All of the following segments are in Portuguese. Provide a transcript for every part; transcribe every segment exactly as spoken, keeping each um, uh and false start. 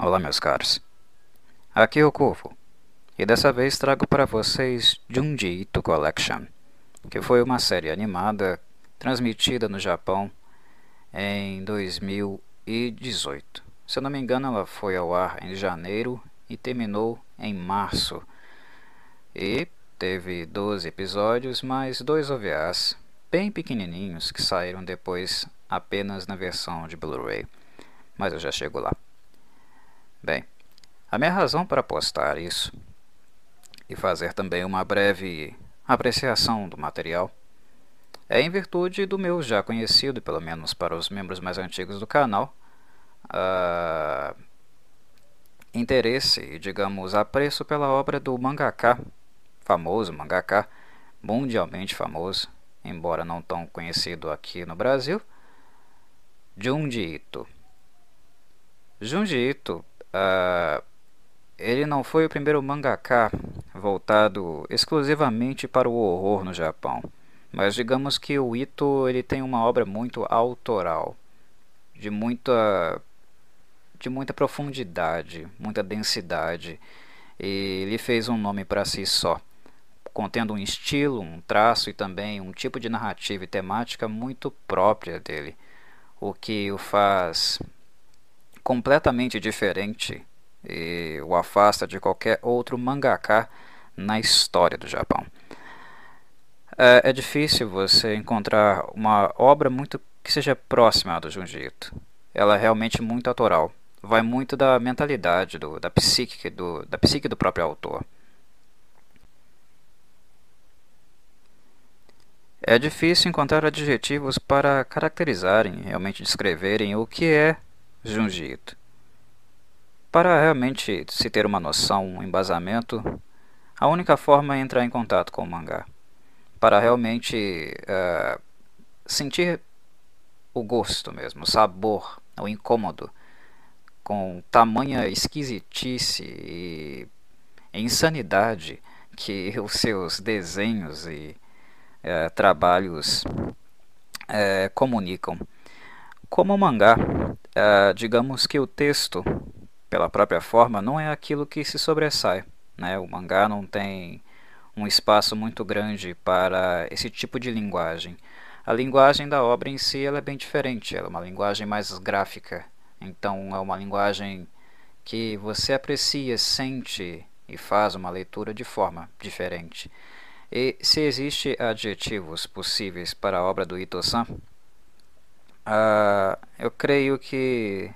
Olá, meus caros. Aqui é o Corvo, e dessa vez trago para vocês Junji Ito Collection, que foi uma série animada transmitida no Japão em dois mil e dezoito. Se eu não me engano, ela foi ao ar em janeiro e terminou em março. E teve doze episódios, mais dois O V As bem pequenininhos que saíram depois apenas na versão de Blu-ray. Mas eu já chego lá. Bem, a minha razão para postar isso e fazer também uma breve apreciação do material é em virtude do meu já conhecido, pelo menos para os membros mais antigos do canal, uh, interesse e, digamos, apreço pela obra do mangaka, famoso mangaka, mundialmente famoso, embora não tão conhecido aqui no Brasil, Junji Ito. Junji Ito uh, ele não foi o primeiro mangaka voltado exclusivamente para o horror no Japão, mas digamos que o Ito ele tem uma obra muito autoral, de muita, de muita profundidade, muita densidade, e ele fez um nome para si só, contendo um estilo, um traço e também um tipo de narrativa e temática muito própria dele, o que o faz completamente diferente e o afasta de qualquer outro mangaka na história do Japão. É, é difícil você encontrar uma obra muito que seja próxima do Junji Ito. Ela é realmente muito autoral. Vai muito da mentalidade, do, da, psique, do, da psique do próprio autor. É difícil encontrar adjetivos para caracterizarem, realmente descreverem o que é Junji Ito. Para realmente se ter uma noção, um embasamento, a única forma é entrar em contato com o mangá. Para realmente uh, sentir o gosto mesmo, o sabor, o incômodo, com tamanha esquisitice e insanidade que os seus desenhos e uh, trabalhos uh, comunicam. Como o mangá, uh, digamos que o texto, pela própria forma, não é aquilo que se sobressai, né? O mangá não tem um espaço muito grande para esse tipo de linguagem. A linguagem da obra em si ela é bem diferente, ela é uma linguagem mais gráfica, então é uma linguagem que você aprecia, sente e faz uma leitura de forma diferente. E se existe adjetivos possíveis para a obra do Ito-san, uh, eu creio que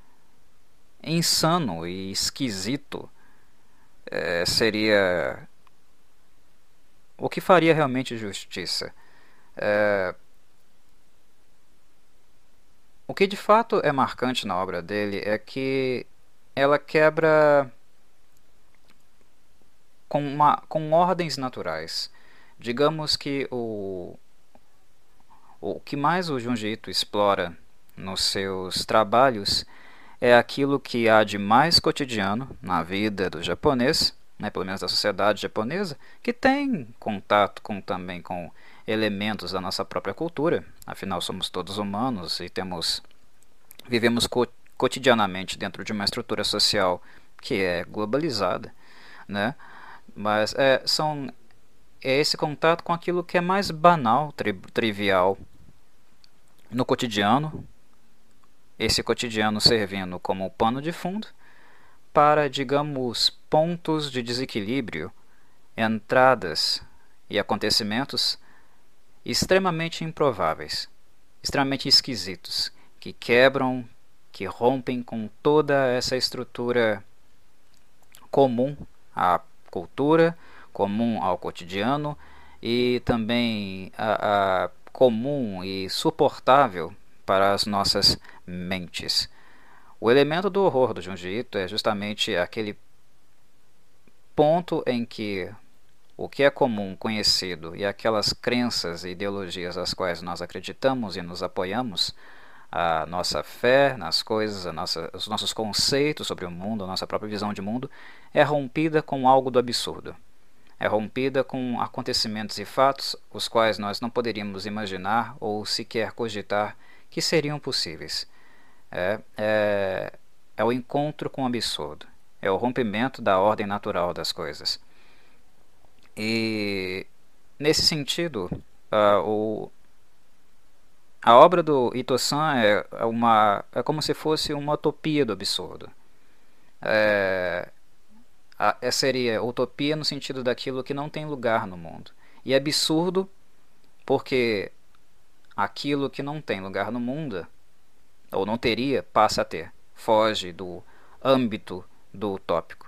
insano e esquisito é, seria o que faria realmente justiça. É, o que de fato é marcante na obra dele é que ela quebra com, uma, com ordens naturais. Digamos que o, o que mais o Junji Ito explora nos seus trabalhos é aquilo que há de mais cotidiano na vida do japonês, né, pelo menos da sociedade japonesa, que tem contato com, também com elementos da nossa própria cultura. Afinal, somos todos humanos e temos, vivemos co cotidianamente dentro de uma estrutura social que é globalizada, né? Mas é, são, é esse contato com aquilo que é mais banal, tri trivial no cotidiano, esse cotidiano servindo como pano de fundo para, digamos, pontos de desequilíbrio, entradas e acontecimentos extremamente improváveis, extremamente esquisitos, que quebram, que rompem com toda essa estrutura comum à cultura, comum ao cotidiano e também a, a comum e suportável para as nossas mentes. O elemento do horror do Junji Ito é justamente aquele ponto em que o que é comum, conhecido e aquelas crenças e ideologias às quais nós acreditamos e nos apoiamos, a nossa fé nas coisas, a nossa, os nossos conceitos sobre o mundo, a nossa própria visão de mundo, é rompida com algo do absurdo. É rompida com acontecimentos e fatos os quais nós não poderíamos imaginar ou sequer cogitar que seriam possíveis. É, é, é o encontro com o absurdo, é o rompimento da ordem natural das coisas. E nesse sentido, uh, o, a obra do Ito-san é, uma, é como se fosse uma utopia do absurdo. É, a, é, seria utopia no sentido daquilo que não tem lugar no mundo. E absurdo porque aquilo que não tem lugar no mundo, ou não teria, passa a ter. Foge do âmbito do utópico.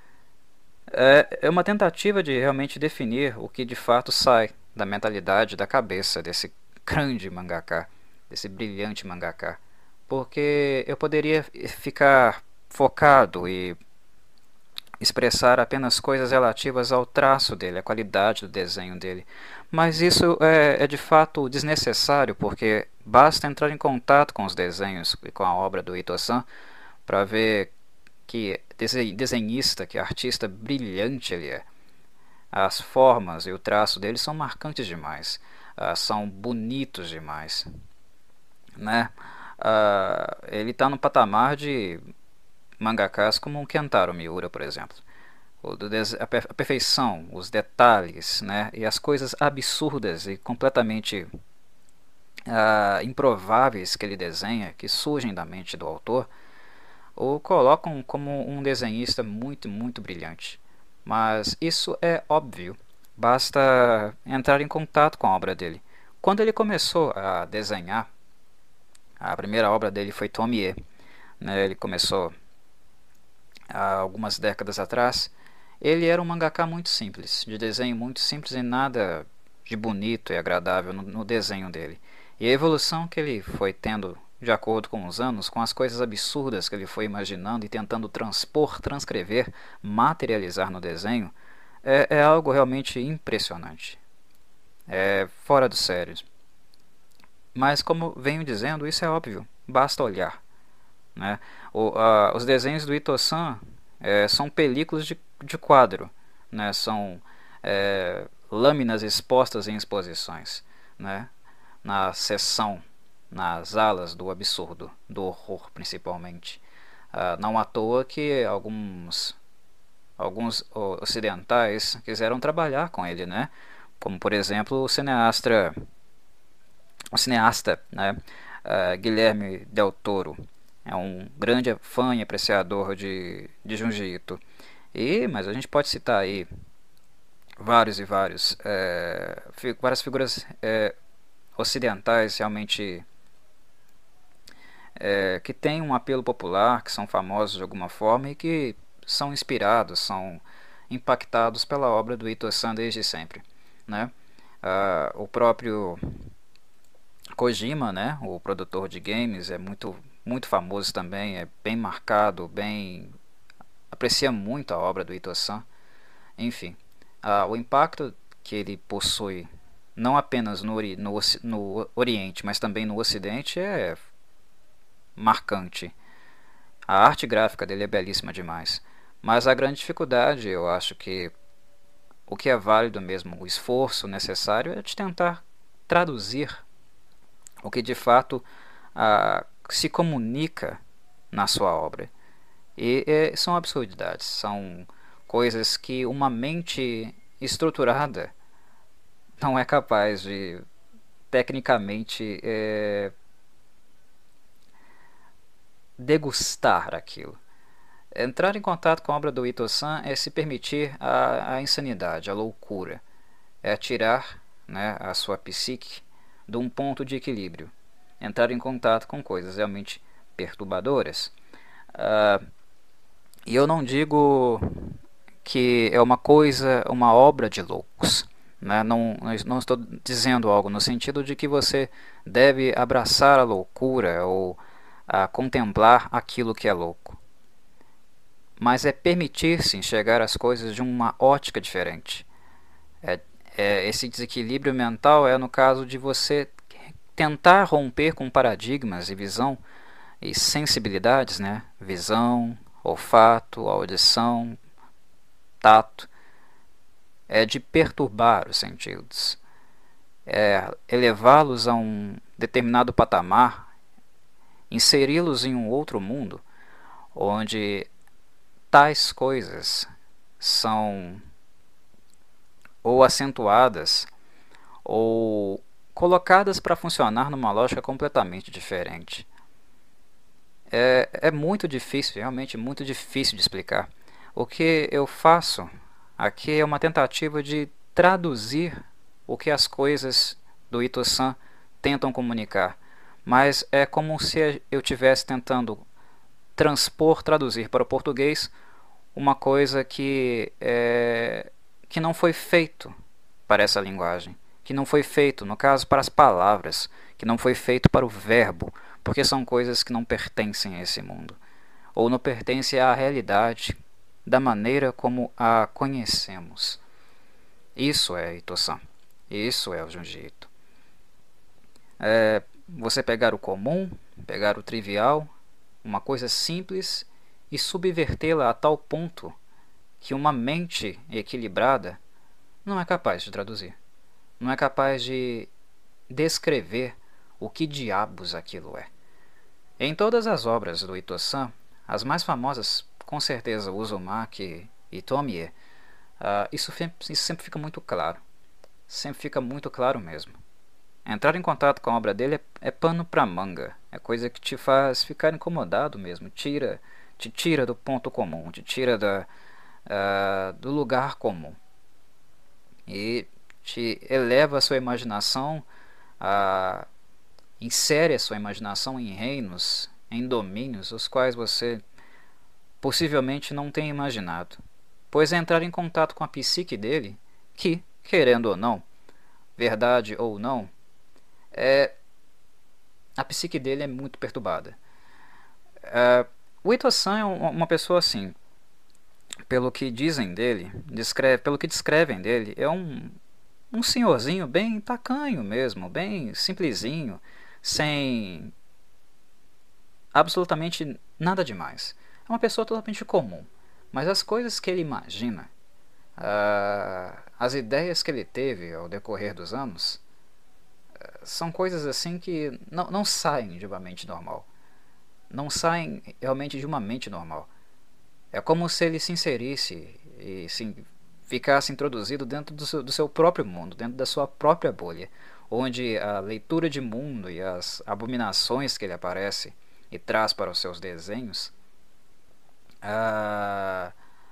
É, é uma tentativa de realmente definir o que de fato sai da mentalidade, da cabeça desse grande mangaka, desse brilhante mangaka. Porque eu poderia ficar focado e expressar apenas coisas relativas ao traço dele, à qualidade do desenho dele. Mas isso é, é de fato desnecessário, porque basta entrar em contato com os desenhos e com a obra do Ito-san para ver que desenhista, que artista brilhante ele é. As formas e o traço dele são marcantes demais, uh, são bonitos demais, né? Uh, ele está no patamar de mangakas como o Kentaro Miura, por exemplo. O do a, per a perfeição, os detalhes, né? E as coisas absurdas e completamente uh, improváveis que ele desenha, que surgem da mente do autor, o colocam como um desenhista muito, muito brilhante. Mas isso é óbvio, basta entrar em contato com a obra dele. Quando ele começou a desenhar, a primeira obra dele foi Tomie, né? Ele começou há algumas décadas atrás. Ele era um mangaka muito simples, de desenho muito simples e nada de bonito e agradável no, no desenho dele. E a evolução que ele foi tendo de acordo com os anos, com as coisas absurdas que ele foi imaginando e tentando transpor, transcrever, materializar no desenho, é, é algo realmente impressionante. É fora do sério. Mas, como venho dizendo, isso é óbvio, basta olhar, né? O, a, os desenhos do Ito-san é, são películas de, de quadro, né? São é, lâminas expostas em exposições, né? Na seção, nas alas do absurdo, do horror principalmente. Uh, não à toa que alguns, alguns ocidentais quiseram trabalhar com ele, né? Como por exemplo o cineasta, o cineasta né? uh, Guilherme Del Toro. É um grande fã e apreciador de, de Junji Ito. E, mas a gente pode citar aí vários e vários, é, várias figuras é, ocidentais realmente É, que têm um apelo popular, que são famosos de alguma forma e que são inspirados, são impactados pela obra do Ito-san desde sempre, né? Ah, o próprio Kojima, né, o produtor de games, é muito, muito famoso também, é bem marcado, bem aprecia muito a obra do Ito-san. Enfim, ah, o impacto que ele possui não apenas no, ori no, no Oriente, mas também no Ocidente é marcante. A arte gráfica dele é belíssima demais. Mas a grande dificuldade, eu acho que o que é válido mesmo, o esforço necessário é de tentar traduzir o que de fato ah, se comunica na sua obra. E, e são absurdidades, são coisas que uma mente estruturada não é capaz de tecnicamente é, degustar aquilo. Entrar em contato com a obra do Ito-san é se permitir a, a insanidade, a loucura. É tirar, né, a sua psique de um ponto de equilíbrio. Entrar em contato com coisas realmente perturbadoras. Uh, e eu não digo que é uma coisa, uma obra de loucos. Né? Não, não estou dizendo algo no sentido de que você deve abraçar a loucura ou a contemplar aquilo que é louco. Mas é permitir-se enxergar as coisas de uma ótica diferente. É, é, esse desequilíbrio mental é no caso de você tentar romper com paradigmas e visão e sensibilidades, né? Visão, olfato, audição, tato. É de perturbar os sentidos. É elevá-los a um determinado patamar, inseri-los em um outro mundo, onde tais coisas são ou acentuadas ou colocadas para funcionar numa lógica completamente diferente. É, é muito difícil, realmente muito difícil de explicar. O que eu faço aqui é uma tentativa de traduzir o que as coisas do Ito-san tentam comunicar, mas é como se eu estivesse tentando transpor, traduzir para o português uma coisa que, é, que não foi feito para essa linguagem, que não foi feito, no caso, para as palavras, que não foi feito para o verbo, porque são coisas que não pertencem a esse mundo, ou não pertencem à realidade da maneira como a conhecemos. Isso é Ito-san. Isso é o Junji Ito. É você pegar o comum, pegar o trivial, uma coisa simples, e subvertê-la a tal ponto que uma mente equilibrada não é capaz de traduzir. Não é capaz de descrever o que diabos aquilo é. Em todas as obras do Ito-san, as mais famosas, com certeza, Uzumaki e Tomie, uh, isso, isso sempre fica muito claro. Sempre fica muito claro mesmo. Entrar em contato com a obra dele é, é pano para manga. É coisa que te faz ficar incomodado mesmo. Tira, te tira do ponto comum, te tira da, uh, do lugar comum. E te eleva a sua imaginação, uh, insere a sua imaginação em reinos, em domínios, os quais você possivelmente não tenha imaginado. Pois é entrar em contato com a psique dele, que, querendo ou não, verdade ou não, é, a psique dele é muito perturbada. É, o Ito-san é uma pessoa assim, pelo que dizem dele, descreve, pelo que descrevem dele, é um, um senhorzinho bem tacanho mesmo, bem simplesinho, sem absolutamente nada demais. É uma pessoa totalmente comum, mas as coisas que ele imagina, uh, as ideias que ele teve ao decorrer dos anos, são coisas assim que não, não saem de uma mente normal. Não saem realmente de uma mente normal. É como se ele se inserisse e se ficasse introduzido dentro do seu, do seu próprio mundo, dentro da sua própria bolha, onde a leitura de mundo e as abominações que ele aparece e traz para os seus desenhos ah,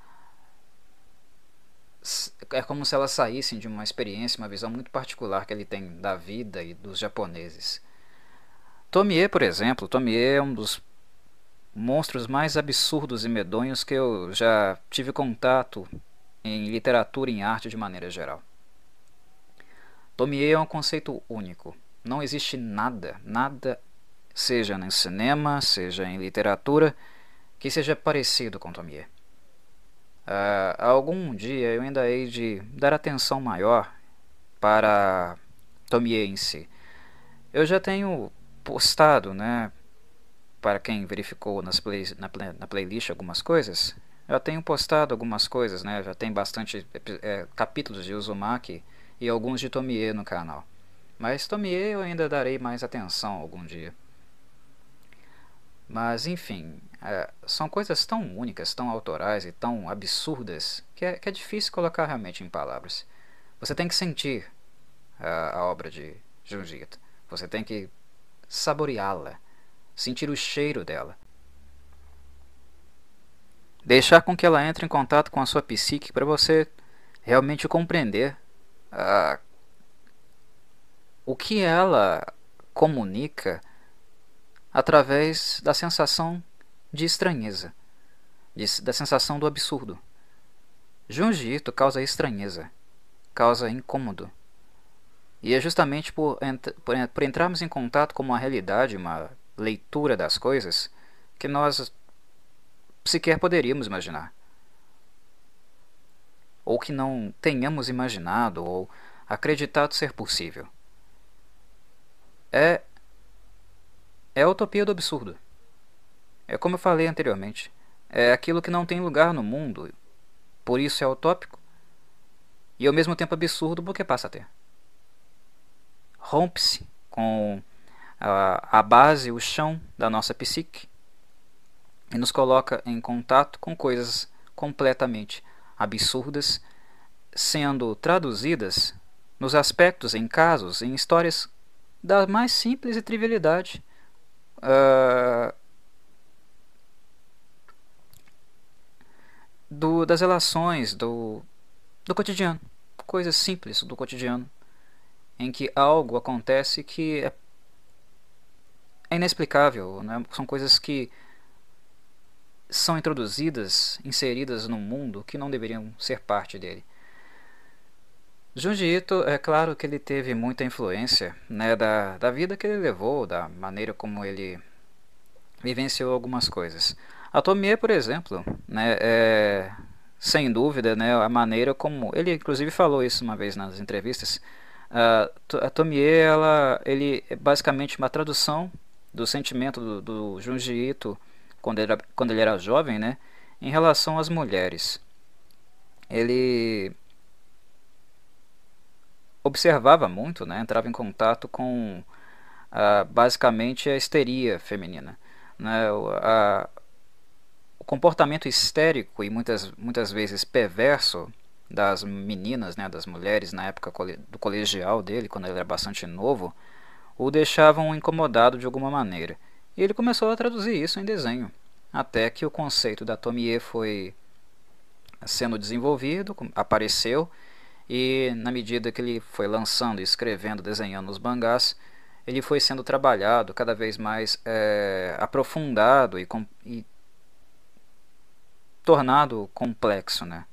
é como se elas saíssem de uma experiência, uma visão muito particular que ele tem da vida e dos japoneses. Tomie, por exemplo, Tomie é um dos monstros mais absurdos e medonhos que eu já tive contato em literatura e em arte de maneira geral. Tomie é um conceito único. Não existe nada, nada, seja no cinema, seja em literatura, que seja parecido com Tomie. Uh, algum dia eu ainda hei de dar atenção maior para Tomie em si. Eu já tenho postado, né, para quem verificou nas play, na, play, na playlist algumas coisas, já tenho postado algumas coisas, né, já tem bastante é, capítulos de Uzumaki e alguns de Tomie no canal. Mas Tomie eu ainda darei mais atenção algum dia. Mas enfim, é, são coisas tão únicas, tão autorais e tão absurdas que é, que é difícil colocar realmente em palavras. Você tem que sentir a, a obra de Junji Ito. Você tem que saboreá-la, sentir o cheiro dela. Deixar com que ela entre em contato com a sua psique para você realmente compreender uh, o que ela comunica através da sensação de estranheza, de, da sensação do absurdo. Junji Ito causa estranheza, causa incômodo. E é justamente por, por, por entrarmos em contato com uma realidade, uma leitura das coisas, que nós sequer poderíamos imaginar. Ou que não tenhamos imaginado ou acreditado ser possível. É, é a utopia do absurdo. É como eu falei anteriormente. É aquilo que não tem lugar no mundo, por isso é utópico, e ao mesmo tempo absurdo porque passa a ter. Rompe-se com a, a base, o chão da nossa psique. e nos coloca em contato com coisas completamente absurdas, sendo traduzidas nos aspectos, em casos, em histórias da mais simples e trivialidade, uh, do, das relações, do, do cotidiano, coisas simples do cotidiano, em que algo acontece que é, é inexplicável, né? São coisas que são introduzidas, inseridas num mundo que não deveriam ser parte dele. Junji Ito, é claro que ele teve muita influência, né, da, da vida que ele levou, da maneira como ele vivenciou algumas coisas. A Tomie, por exemplo, né, é, sem dúvida, né, a maneira como... Ele inclusive falou isso uma vez nas entrevistas. A, a Tomie, ela, ele é basicamente uma tradução do sentimento do, do Junji Ito quando ele, era, quando ele era jovem, né, em relação às mulheres. Ele observava muito, né, entrava em contato com uh, basicamente a histeria feminina, né, a, o comportamento histérico e muitas, muitas vezes perverso das meninas, né, das mulheres na época do colegial dele, quando ele era bastante novo, o deixavam incomodado de alguma maneira. E ele começou a traduzir isso em desenho, até que o conceito da Tomie foi sendo desenvolvido, apareceu, e na medida que ele foi lançando, escrevendo, desenhando os mangás, ele foi sendo trabalhado cada vez mais é, aprofundado e, com, e tornado complexo, né?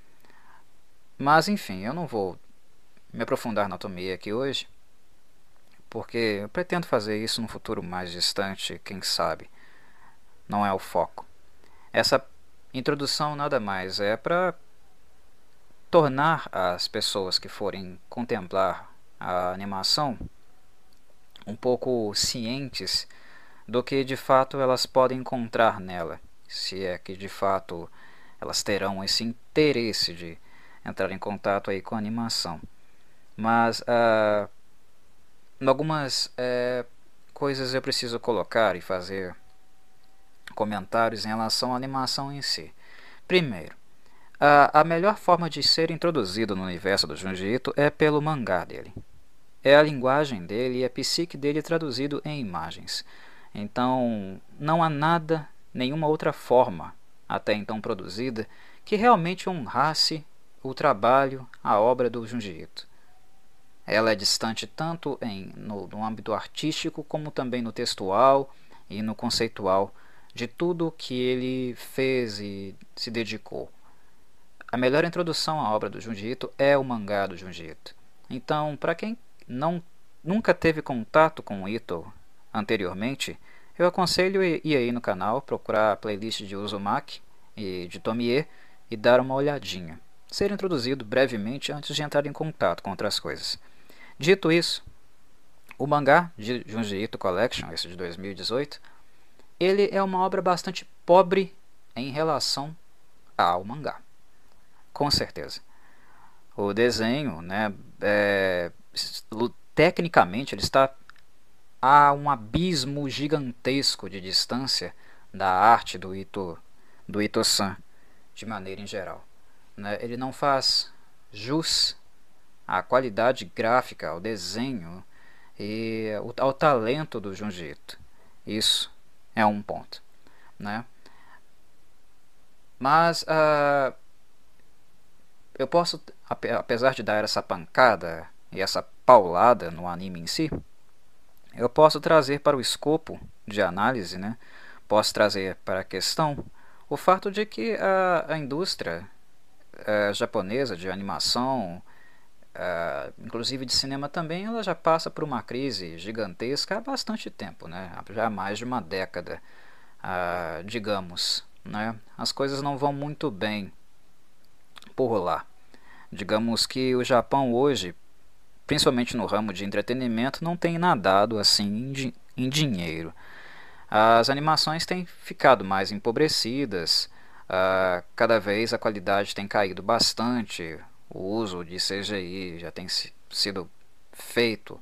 Mas enfim, eu não vou me aprofundar na Tomie aqui hoje, porque eu pretendo fazer isso no futuro mais distante, quem sabe. Não é o foco. Essa introdução nada mais é para tornar as pessoas que forem contemplar a animação um pouco cientes do que de fato elas podem encontrar nela, se é que de fato elas terão esse interesse de entrar em contato aí com a animação. Mas uh, algumas uh, coisas eu preciso colocar e fazer comentários em relação à animação em si. Primeiro, a, a melhor forma de ser introduzido no universo do Junji Ito é pelo mangá dele. É a linguagem dele e a psique dele traduzido em imagens. Então, não há nada, nenhuma outra forma, até então produzida, que realmente honrasse o trabalho, a obra do Junji Ito. Ela é distante tanto em, no, no âmbito artístico, como também no textual e no conceitual, de tudo que ele fez e se dedicou. A melhor introdução à obra do Junji Ito é o mangá do Junji Ito. Então, para quem não, nunca teve contato com o Ito anteriormente, eu aconselho ir aí no canal, procurar a playlist de Uzumaki e de Tomie e dar uma olhadinha. Ser introduzido brevemente antes de entrar em contato com outras coisas. Dito isso, o mangá de Junji Ito Collection, esse de dois mil e dezoito, ele é uma obra bastante pobre em relação ao mangá. Com certeza. O desenho, né, é, tecnicamente, ele está a um abismo gigantesco de distância da arte do Ito, do Ito-san, de maneira em geral. Né? Ele não faz jus à qualidade gráfica, ao desenho e ao talento do Junji Ito. Isso é um ponto. Né? Mas uh, eu posso, apesar de dar essa pancada e essa paulada no anime em si, eu posso trazer para o escopo de análise, né? Posso trazer para a questão o fato de que a, a indústria a, japonesa de animação, a, inclusive de cinema também, ela já passa por uma crise gigantesca há bastante tempo, né? Já há mais de uma década, a, digamos. Né? As coisas não vão muito bem por lá. Digamos que o Japão hoje, principalmente no ramo de entretenimento, não tem nadado assim em, di em dinheiro. As animações têm ficado mais empobrecidas, uh, cada vez a qualidade tem caído bastante, o uso de C G I já tem sido feito,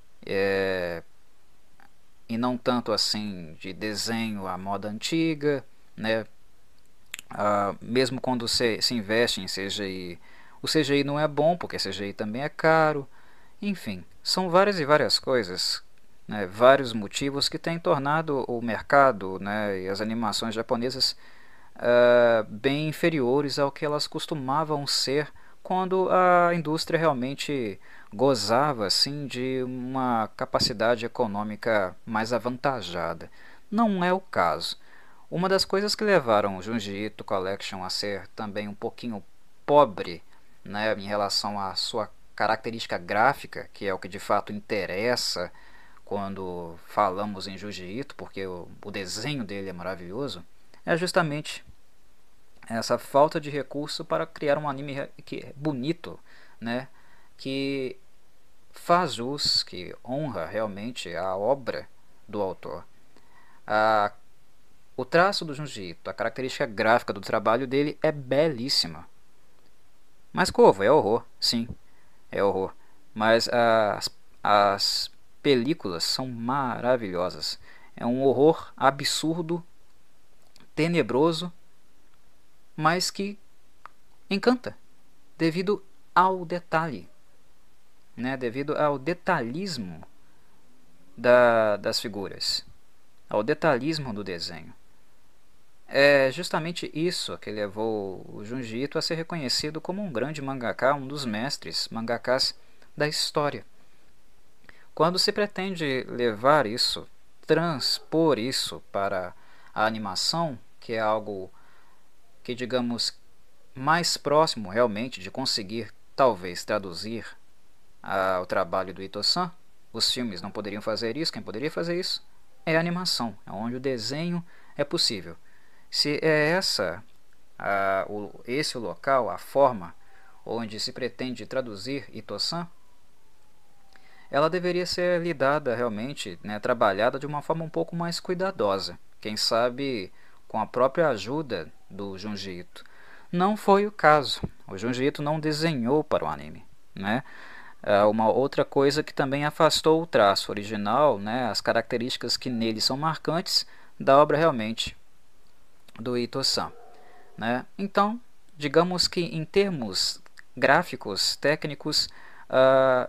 é, e não tanto assim de desenho à moda antiga, né? Ah, mesmo quando se, se investe em C G I, o C G I não é bom porque C G I também é caro. Enfim, são várias e várias coisas, né, vários motivos que têm tornado o mercado, né, e as animações japonesas ah, bem inferiores ao que elas costumavam ser quando a indústria realmente gozava assim de uma capacidade econômica mais avantajada. Não é o caso. Uma das coisas que levaram o Junji Ito Collection a ser também um pouquinho pobre, né, em relação à sua característica gráfica, que é o que de fato interessa quando falamos em Junji Ito, porque o, o desenho dele é maravilhoso, é justamente essa falta de recurso para criar um anime que é bonito, né, que faz jus, que honra realmente a obra do autor. A O traço do Junji Ito, a característica gráfica do trabalho dele é belíssima. Mas Corvo, é horror, sim, é horror. Mas as, as películas são maravilhosas. É um horror absurdo, tenebroso, mas que encanta, devido ao detalhe, né? Devido ao detalhismo da, das figuras, ao detalhismo do desenho. É justamente isso que levou o Junji Ito a ser reconhecido como um grande mangaka, um dos mestres mangakas da história. Quando se pretende levar isso, transpor isso para a animação, que é algo que, digamos, mais próximo realmente de conseguir talvez traduzir a, o trabalho do Ito-san, os filmes não poderiam fazer isso, quem poderia fazer isso é a animação, é onde o desenho é possível. Se é essa a, o, esse o local, a forma onde se pretende traduzir Ito-san, ela deveria ser lidada realmente, né, trabalhada de uma forma um pouco mais cuidadosa, quem sabe com a própria ajuda do Junji Ito. Não foi o caso, o Junji Ito não desenhou para o anime, né? É uma outra coisa que também afastou o traço original, né, as características que nele são marcantes da obra realmente do Ito-san, né? Então, digamos que em termos gráficos, técnicos, uh,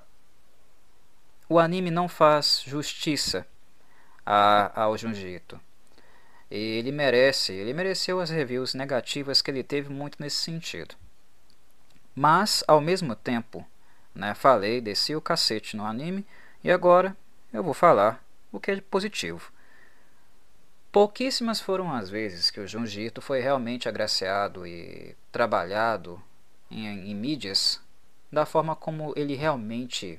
o anime não faz justiça a, ao Junji Ito. Ele merece, ele mereceu as reviews negativas que ele teve muito nesse sentido. Mas, ao mesmo tempo, né, falei, desci o cacete no anime e agora eu vou falar o que é positivo. Pouquíssimas foram as vezes que o Junji Ito foi realmente agraciado e trabalhado em, em mídias da forma como ele realmente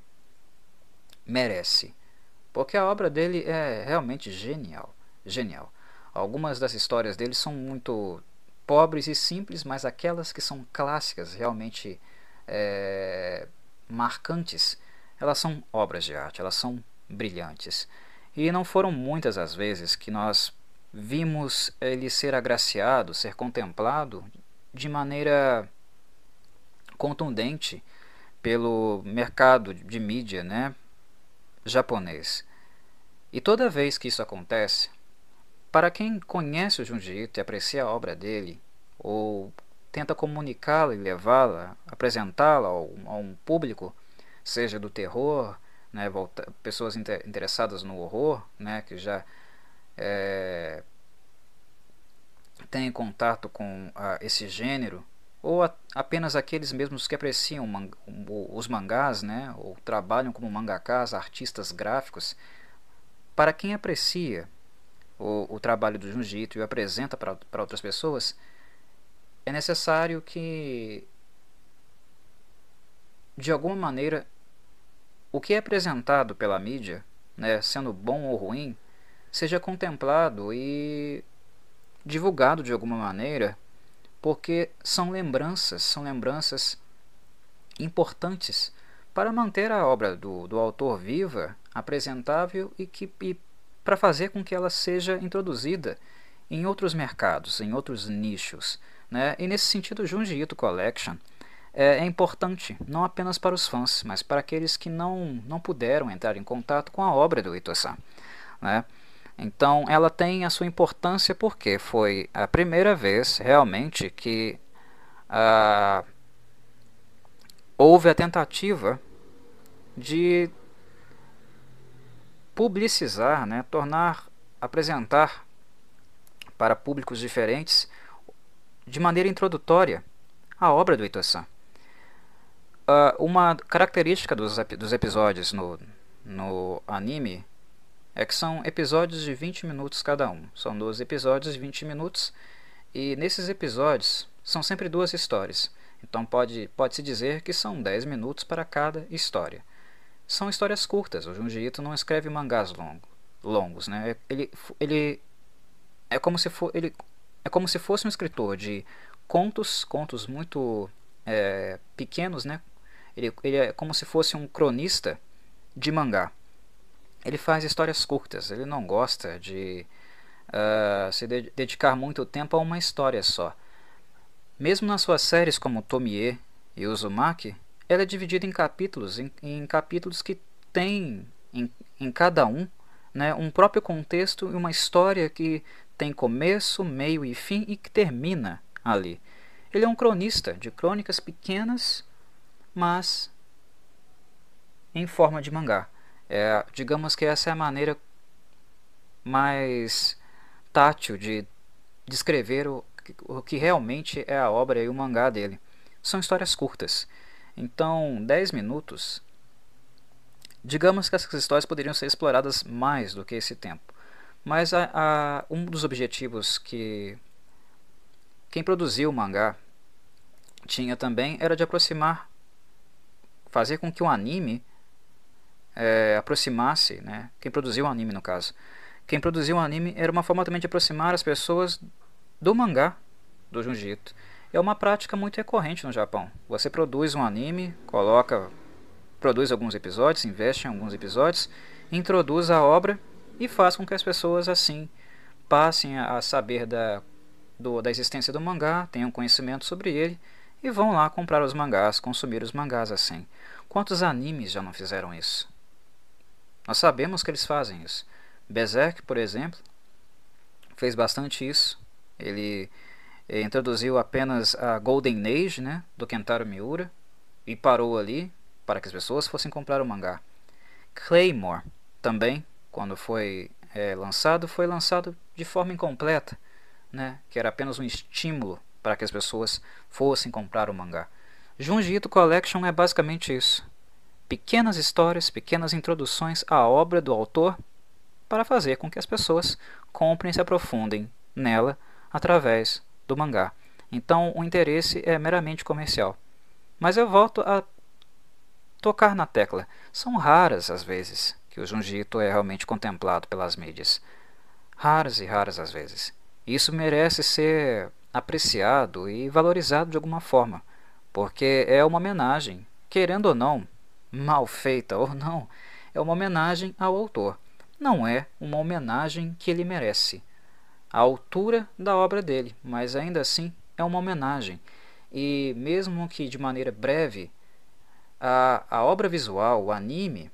merece, porque a obra dele é realmente genial, genial. Algumas das histórias dele são muito pobres e simples, mas aquelas que são clássicas, realmente é, marcantes, elas são obras de arte, elas são brilhantes. E não foram muitas as vezes que nós vimos ele ser agraciado, ser contemplado de maneira contundente pelo mercado de mídia, né, japonês. E toda vez que isso acontece, para quem conhece o Junji Ito e aprecia a obra dele, ou tenta comunicá-la e levá-la, apresentá-la a um público, seja do terror, né, volta, pessoas inter, interessadas no horror, né, que já é, têm contato com ah, esse gênero, ou a, apenas aqueles mesmos que apreciam man, os mangás, né, ou trabalham como mangakas, artistas gráficos. Para quem aprecia o, o trabalho do Junji Ito e o apresenta para outras pessoas, é necessário que, de alguma maneira, o que é apresentado pela mídia, né, sendo bom ou ruim, seja contemplado e divulgado de alguma maneira, porque são lembranças, são lembranças importantes para manter a obra do, do autor viva, apresentável e, que, e para fazer com que ela seja introduzida em outros mercados, em outros nichos, né? E nesse sentido, o Junji Ito Collection é, é importante não apenas para os fãs, mas para aqueles que não, não puderam entrar em contato com a obra do Ito-san, né? Então ela tem a sua importância porque foi a primeira vez realmente que ah, houve a tentativa de publicizar, né, tornar, apresentar para públicos diferentes de maneira introdutória a obra do Ito-san. Uh, uma característica dos, dos episódios no, no anime é que são episódios de vinte minutos cada um. São doze episódios de vinte minutos e nesses episódios são sempre duas histórias. Então pode, pode-se dizer que são dez minutos para cada história. São histórias curtas. O Junji Ito não escreve mangás longo, longos, né? Ele, ele, é como se for, ele é como se fosse um escritor de contos, contos muito é, pequenos, né? Ele, ele é como se fosse um cronista de mangá. Ele faz histórias curtas. Ele não gosta de uh, se de dedicar muito tempo a uma história só. Mesmo nas suas séries como Tomie e Uzumaki, ela é dividida em capítulos, em, em capítulos que tem em, em cada um, né, um próprio contexto e uma história que tem começo, meio e fim e que termina ali. Ele é um cronista de crônicas pequenas, mas em forma de mangá. É, digamos que essa é a maneira mais tátil de descrever o, o que realmente é a obra e o mangá dele. São histórias curtas. Então, dez minutos, digamos que essas histórias poderiam ser exploradas mais do que esse tempo. Mas a, a, um dos objetivos que quem produziu o mangá tinha também era de aproximar, fazer com que o anime é, aproximasse, né? Quem produziu o anime no caso, quem produziu o anime era uma forma também de aproximar as pessoas do mangá do Junji Ito. É uma prática muito recorrente no Japão. Você produz um anime, coloca, produz alguns episódios, investe em alguns episódios, introduz a obra e faz com que as pessoas assim passem a saber da, do, da existência do mangá, tenham conhecimento sobre ele e vão lá comprar os mangás, consumir os mangás assim. Quantos animes já não fizeram isso? Nós sabemos que eles fazem isso. Berserk, por exemplo, fez bastante isso. Ele eh, introduziu apenas a Golden Age, né, do Kentaro Miura e parou ali para que as pessoas fossem comprar o mangá. Claymore também, quando foi é, lançado, foi lançado de forma incompleta, né, que era apenas um estímulo para que as pessoas fossem comprar o mangá. Junji Ito Collection é basicamente isso. Pequenas histórias, pequenas introduções à obra do autor para fazer com que as pessoas comprem e se aprofundem nela através do mangá. Então o interesse é meramente comercial. Mas eu volto a tocar na tecla. São raras as vezes que o Junji Ito é realmente contemplado pelas mídias. Raras e raras as vezes. Isso merece ser apreciado e valorizado de alguma forma, porque é uma homenagem, querendo ou não, mal feita ou não, é uma homenagem ao autor. Não é uma homenagem que ele merece, à altura da obra dele, mas ainda assim é uma homenagem. E mesmo que de maneira breve, a, a obra visual, o anime,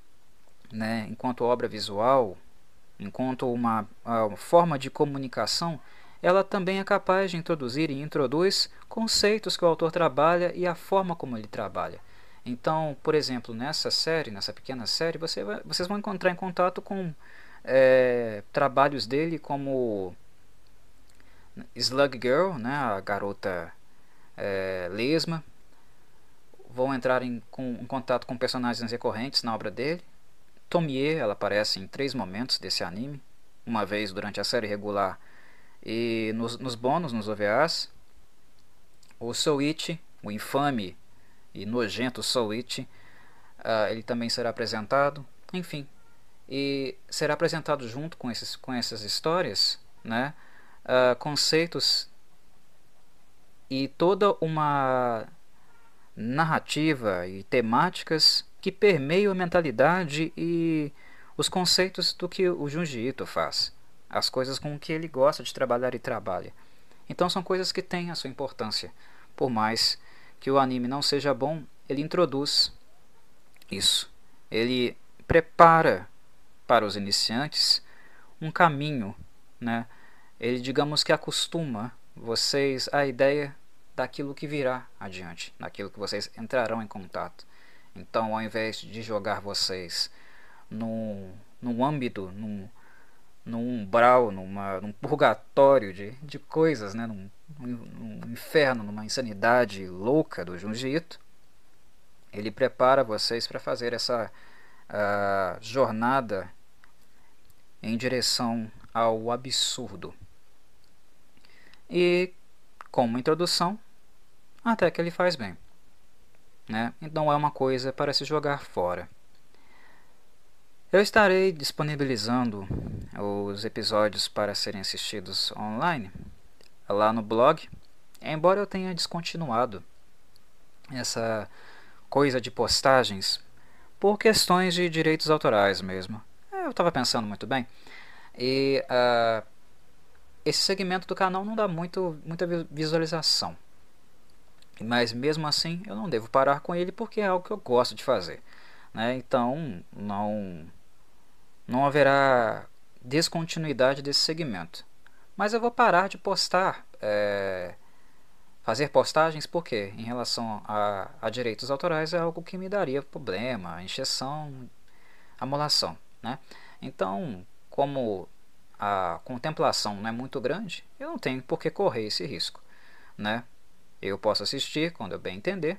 né, enquanto obra visual, enquanto uma, uma forma de comunicação, ela também é capaz de introduzir e introduz conceitos que o autor trabalha e a forma como ele trabalha. Então, por exemplo, nessa série, nessa pequena série, você vai, vocês vão encontrar em contato com é, trabalhos dele como Slug Girl, né, a garota é, lesma. Vão entrar em, com, em contato com personagens recorrentes na obra dele. Tomie, ela aparece em três momentos desse anime, uma vez durante a série regular e nos, nos bônus, nos O V As. O Souichi, o infame e nojento Souichi, uh, ele também será apresentado, enfim, e será apresentado junto com, esses, com essas histórias, né, uh, conceitos e toda uma narrativa e temáticas que permeiam a mentalidade e os conceitos do que o Junji Ito faz, as coisas com que ele gosta de trabalhar e trabalha. Então são coisas que têm a sua importância. Por mais que o anime não seja bom, ele introduz isso. Ele prepara para os iniciantes um caminho, né? Ele, digamos que acostuma vocês à ideia daquilo que virá adiante, daquilo que vocês entrarão em contato. Então, ao invés de jogar vocês num, num âmbito, num, num umbral, numa, num purgatório de, de coisas, né? num, num inferno, numa insanidade louca do Junji Ito, ele prepara vocês para fazer essa uh, jornada em direção ao absurdo. E, como introdução, até que ele faz bem, né? Então é uma coisa para se jogar fora. Eu estarei disponibilizando os episódios para serem assistidos online lá no blog, embora eu tenha descontinuado essa coisa de postagens por questões de direitos autorais mesmo. Eu estava pensando muito bem. E uh, esse segmento do canal não dá muito, muita visualização. Mas mesmo assim eu não devo parar com ele porque é algo que eu gosto de fazer, né? Então não, não haverá descontinuidade desse segmento. Mas eu vou parar de postar, é, fazer postagens porque em relação a, a direitos autorais é algo que me daria problema, encheção, amolação, né? Então, como a contemplação não é muito grande, eu não tenho por que correr esse risco, né? Eu posso assistir quando eu bem entender,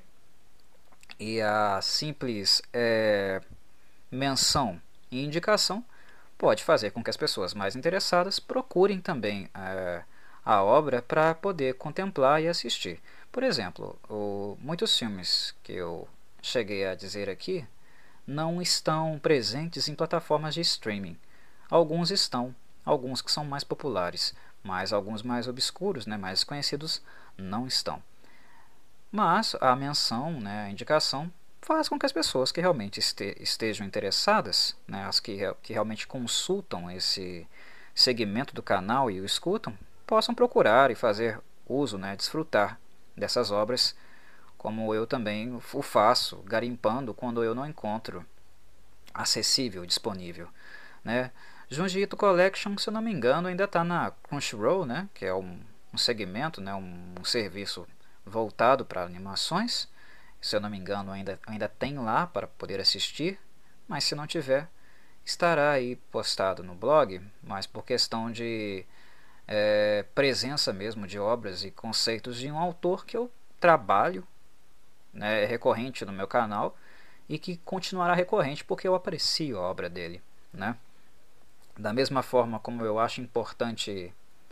e a simples é, menção e indicação pode fazer com que as pessoas mais interessadas procurem também é, a obra para poder contemplar e assistir. Por exemplo, o, muitos filmes que eu cheguei a dizer aqui não estão presentes em plataformas de streaming. Alguns estão, alguns que são mais populares, mas alguns mais obscuros, né, mais conhecidos, não estão. Mas a menção, né, a indicação, faz com que as pessoas que realmente este, estejam interessadas, né, as que, que realmente consultam esse segmento do canal e o escutam, possam procurar e fazer uso, né, desfrutar dessas obras, como eu também o faço, garimpando quando eu não encontro acessível, disponível, né? Junji Ito Collection, se eu não me engano, ainda está na Crunchyroll, né, que é um, um segmento, né, um, um serviço voltado para animações. Se eu não me engano, ainda, ainda tem lá para poder assistir, mas se não tiver, estará aí postado no blog, mas por questão de é, presença mesmo de obras e conceitos de um autor que eu trabalho, né, é recorrente no meu canal e que continuará recorrente porque eu aprecio a obra dele, né? Da mesma forma como eu acho importante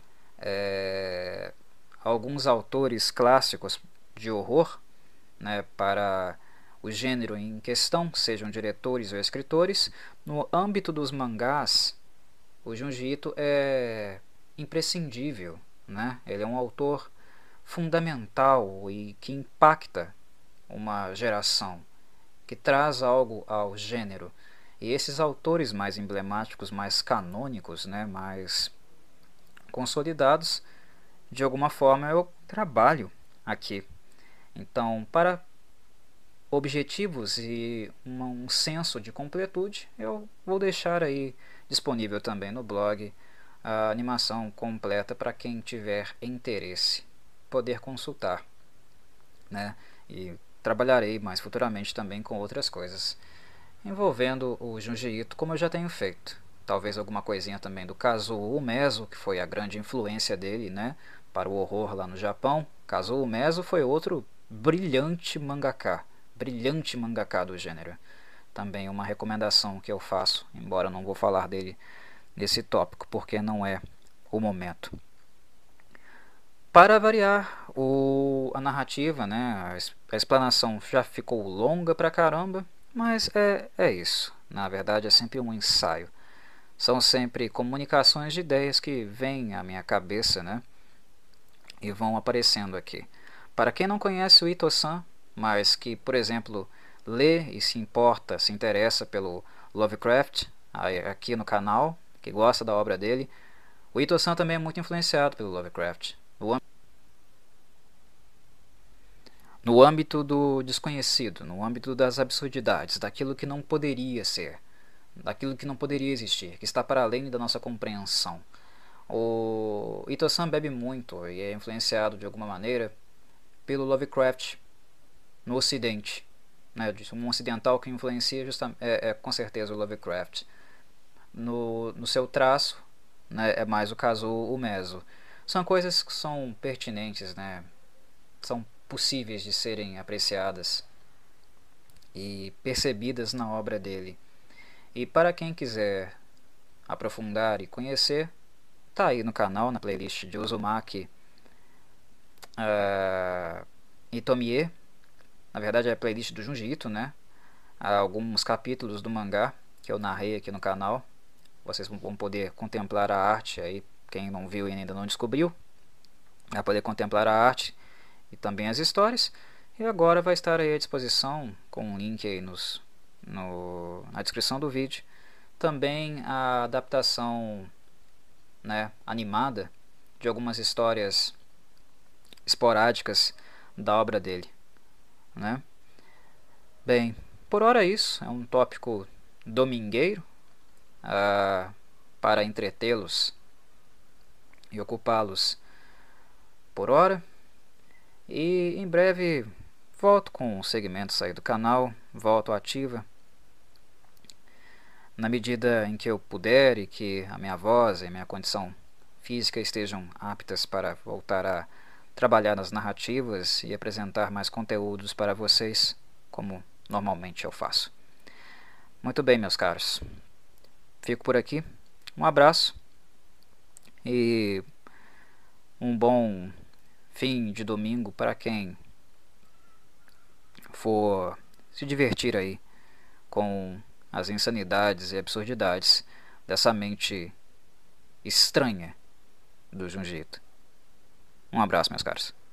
é, alguns autores clássicos de horror, né, para o gênero em questão, sejam diretores ou escritores, no âmbito dos mangás, o Junji Ito é imprescindível, né? Ele é um autor fundamental e que impacta uma geração, que traz algo ao gênero. E esses autores mais emblemáticos, mais canônicos, né, mais consolidados, de alguma forma eu trabalho aqui. Então, para objetivos e um senso de completude, eu vou deixar aí disponível também no blog a animação completa para quem tiver interesse poder consultar, né? E trabalharei mais futuramente também com outras coisas envolvendo o Junji Ito, como eu já tenho feito. Talvez alguma coisinha também do Kazuo Umezo, que foi a grande influência dele, né, para o horror lá no Japão. Kazuo Umezo foi outro brilhante mangaka, brilhante mangaka do gênero. Também uma recomendação que eu faço, embora não vou falar dele nesse tópico, porque não é o momento. Para variar, o, a narrativa, né, a explanação já ficou longa pra caramba, mas é, é isso. Na verdade, é sempre um ensaio. São sempre comunicações de ideias que vêm à minha cabeça, né, e vão aparecendo aqui. Para quem não conhece o Ito-san, mas que, por exemplo, lê e se importa, se interessa pelo Lovecraft, aqui no canal, que gosta da obra dele, o Ito-san também é muito influenciado pelo Lovecraft. No âmbito do desconhecido, no âmbito das absurdidades, daquilo que não poderia ser, daquilo que não poderia existir, que está para além da nossa compreensão. O Ito-san bebe muito e é influenciado de alguma maneira pelo Lovecraft no Ocidente, né? Um ocidental que influencia justamente, é, é com certeza o Lovecraft. No, no seu traço, né, é mais o Kazuo Umezu. São coisas que são pertinentes, né? São possíveis de serem apreciadas e percebidas na obra dele. E para quem quiser aprofundar e conhecer, tá aí no canal, na playlist de Uzumaki uh, Itomie. Na verdade é a playlist do Junji Ito, né? Há alguns capítulos do mangá que eu narrei aqui no canal. Vocês vão poder contemplar a arte aí, quem não viu e ainda não descobriu, vai poder contemplar a arte e também as histórias. E agora vai estar aí à disposição, com um link aí nos, no, na descrição do vídeo, também a adaptação, né, animada de algumas histórias esporádicas da obra dele, né? Bem, por hora é isso. É um tópico domingueiro, uh, para entretê-los e ocupá-los por hora. E em breve volto com segmentos aí do canal, volto ativa na medida em que eu puder e que a minha voz e a minha condição física estejam aptas para voltar a trabalhar nas narrativas e apresentar mais conteúdos para vocês, como normalmente eu faço. Muito bem, meus caros, fico por aqui. Um abraço e um bom fim de domingo para quem for se divertir aí com as insanidades e absurdidades dessa mente estranha do Junji Ito. Um abraço, meus caros.